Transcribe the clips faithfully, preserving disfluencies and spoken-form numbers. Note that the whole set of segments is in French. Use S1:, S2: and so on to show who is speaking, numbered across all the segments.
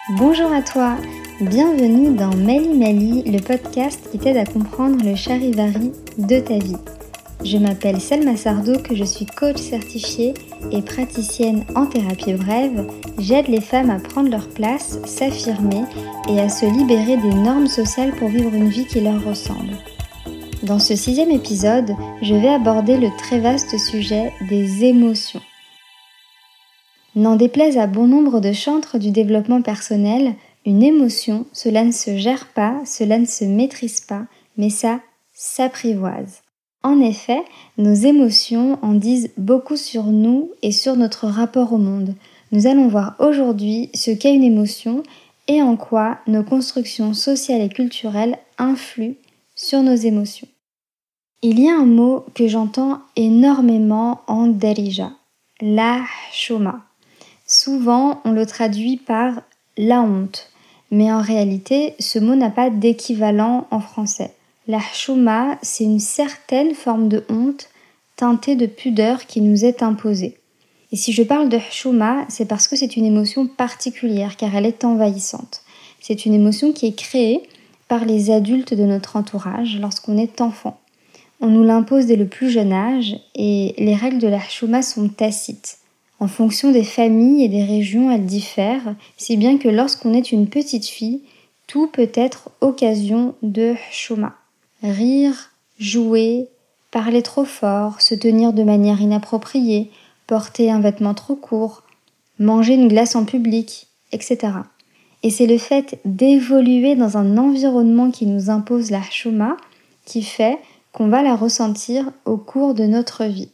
S1: Bonjour à toi, bienvenue dans Mali Mali, le podcast qui t'aide à comprendre le charivari de ta vie. Je m'appelle Selma Sardo, que je suis coach certifiée et praticienne en thérapie brève. J'aide les femmes à prendre leur place, s'affirmer et à se libérer des normes sociales pour vivre une vie qui leur ressemble. Dans ce sixième épisode, je vais aborder le très vaste sujet des émotions. N'en déplaise à bon nombre de chantres du développement personnel, une émotion, cela ne se gère pas, cela ne se maîtrise pas, mais ça s'apprivoise. En effet, nos émotions en disent beaucoup sur nous et sur notre rapport au monde. Nous allons voir aujourd'hui ce qu'est une émotion et en quoi nos constructions sociales et culturelles influent sur nos émotions. Il y a un mot que j'entends énormément en Darija, la shoma. Souvent, on le traduit par la honte, mais en réalité, ce mot n'a pas d'équivalent en français. La chouma, c'est une certaine forme de honte teintée de pudeur qui nous est imposée. Et si je parle de chouma, c'est parce que c'est une émotion particulière, car elle est envahissante. C'est une émotion qui est créée par les adultes de notre entourage lorsqu'on est enfant. On nous l'impose dès le plus jeune âge et les règles de la chouma sont tacites. En fonction des familles et des régions, elles diffèrent, si bien que lorsqu'on est une petite fille, tout peut être occasion de chouma. Rire, jouer, parler trop fort, se tenir de manière inappropriée, porter un vêtement trop court, manger une glace en public, et cetera. Et c'est le fait d'évoluer dans un environnement qui nous impose la chouma qui fait qu'on va la ressentir au cours de notre vie.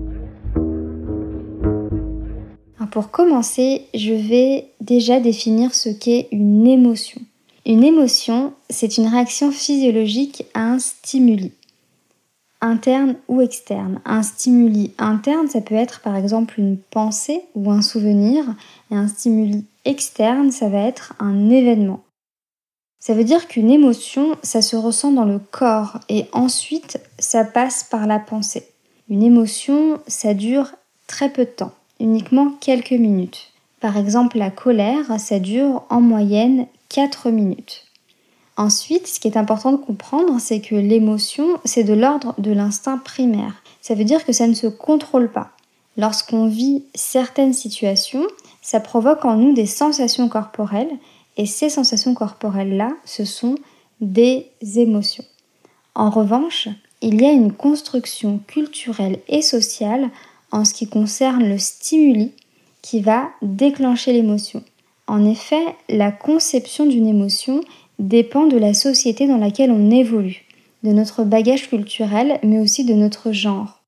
S1: Pour commencer, je vais déjà définir ce qu'est une émotion. Une émotion, c'est une réaction physiologique à un stimuli, interne ou externe. Un stimuli interne, ça peut être par exemple une pensée ou un souvenir, et un stimuli externe, ça va être un événement. Ça veut dire qu'une émotion, ça se ressent dans le corps et ensuite, ça passe par la pensée. Une émotion, ça dure très peu de temps. Uniquement quelques minutes. Par exemple, la colère, ça dure en moyenne quatre minutes. Ensuite, ce qui est important de comprendre, c'est que l'émotion, c'est de l'ordre de l'instinct primaire. Ça veut dire que ça ne se contrôle pas. Lorsqu'on vit certaines situations, ça provoque en nous des sensations corporelles, et ces sensations corporelles-là, ce sont des émotions. En revanche, il y a une construction culturelle et sociale en ce qui concerne le stimuli qui va déclencher l'émotion. En effet, la conception d'une émotion dépend de la société dans laquelle on évolue, de notre bagage culturel, mais aussi de notre genre.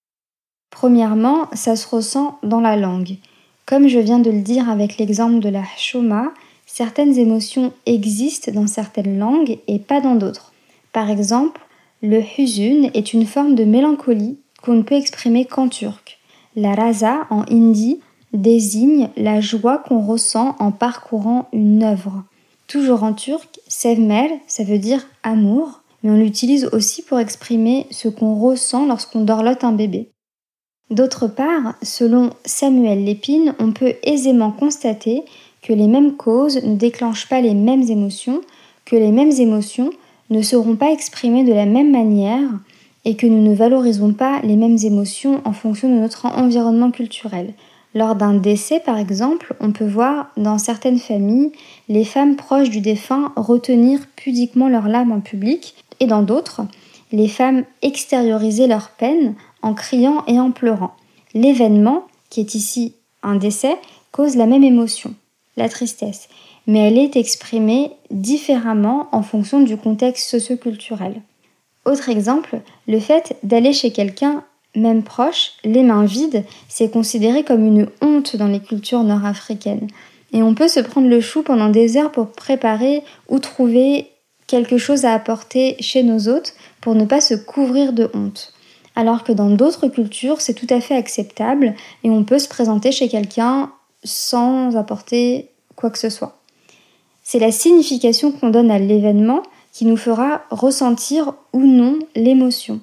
S1: Premièrement, ça se ressent dans la langue. Comme je viens de le dire avec l'exemple de la chouma, certaines émotions existent dans certaines langues et pas dans d'autres. Par exemple, le huzun est une forme de mélancolie qu'on ne peut exprimer qu'en turc. La raza, en hindi, désigne la joie qu'on ressent en parcourant une œuvre. Toujours en turc, sevmel, ça veut dire amour, mais on l'utilise aussi pour exprimer ce qu'on ressent lorsqu'on dorlote un bébé. D'autre part, selon Samuel Lépine, on peut aisément constater que les mêmes causes ne déclenchent pas les mêmes émotions, que les mêmes émotions ne seront pas exprimées de la même manière, et que nous ne valorisons pas les mêmes émotions en fonction de notre environnement culturel. Lors d'un décès, par exemple, on peut voir dans certaines familles les femmes proches du défunt retenir pudiquement leurs larmes en public, et dans d'autres, les femmes extérioriser leur peine en criant et en pleurant. L'événement, qui est ici un décès, cause la même émotion, la tristesse, mais elle est exprimée différemment en fonction du contexte socio-culturel. Autre exemple, le fait d'aller chez quelqu'un, même proche, les mains vides, c'est considéré comme une honte dans les cultures nord-africaines. Et on peut se prendre le chou pendant des heures pour préparer ou trouver quelque chose à apporter chez nos hôtes pour ne pas se couvrir de honte. Alors que dans d'autres cultures, c'est tout à fait acceptable et on peut se présenter chez quelqu'un sans apporter quoi que ce soit. C'est la signification qu'on donne à l'événement qui nous fera ressentir ou non l'émotion.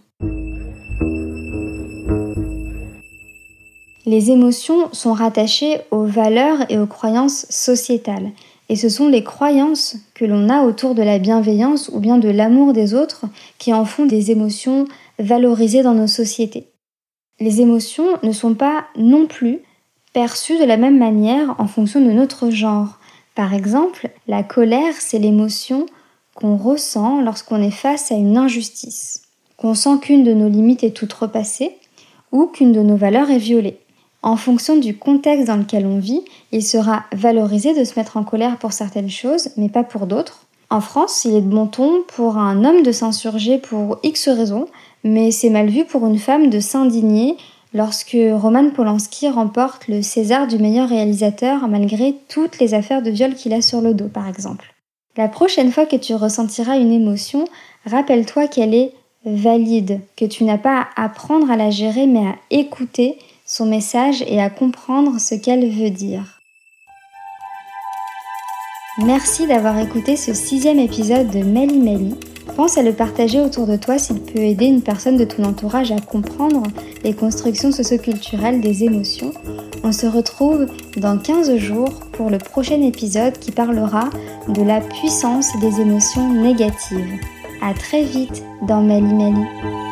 S1: Les émotions sont rattachées aux valeurs et aux croyances sociétales. Et ce sont les croyances que l'on a autour de la bienveillance ou bien de l'amour des autres qui en font des émotions valorisées dans nos sociétés. Les émotions ne sont pas non plus perçues de la même manière en fonction de notre genre. Par exemple, la colère, c'est l'émotion qu'on ressent lorsqu'on est face à une injustice, qu'on sent qu'une de nos limites est toute repassée ou qu'une de nos valeurs est violée. En fonction du contexte dans lequel on vit, il sera valorisé de se mettre en colère pour certaines choses, mais pas pour d'autres. En France, il est de bon ton pour un homme de s'insurger pour X raisons, mais c'est mal vu pour une femme de s'indigner lorsque Roman Polanski remporte le César du meilleur réalisateur malgré toutes les affaires de viol qu'il a sur le dos, par exemple. La prochaine fois que tu ressentiras une émotion, rappelle-toi qu'elle est valide, que tu n'as pas à apprendre à la gérer, mais à écouter son message et à comprendre ce qu'elle veut dire. Merci d'avoir écouté ce sixième épisode de Meli Meli. Pense à le partager autour de toi s'il peut aider une personne de ton entourage à comprendre les constructions socioculturelles des émotions. On se retrouve dans quinze jours pour le prochain épisode qui parlera de la puissance des émotions négatives. À très vite dans Meli Meli.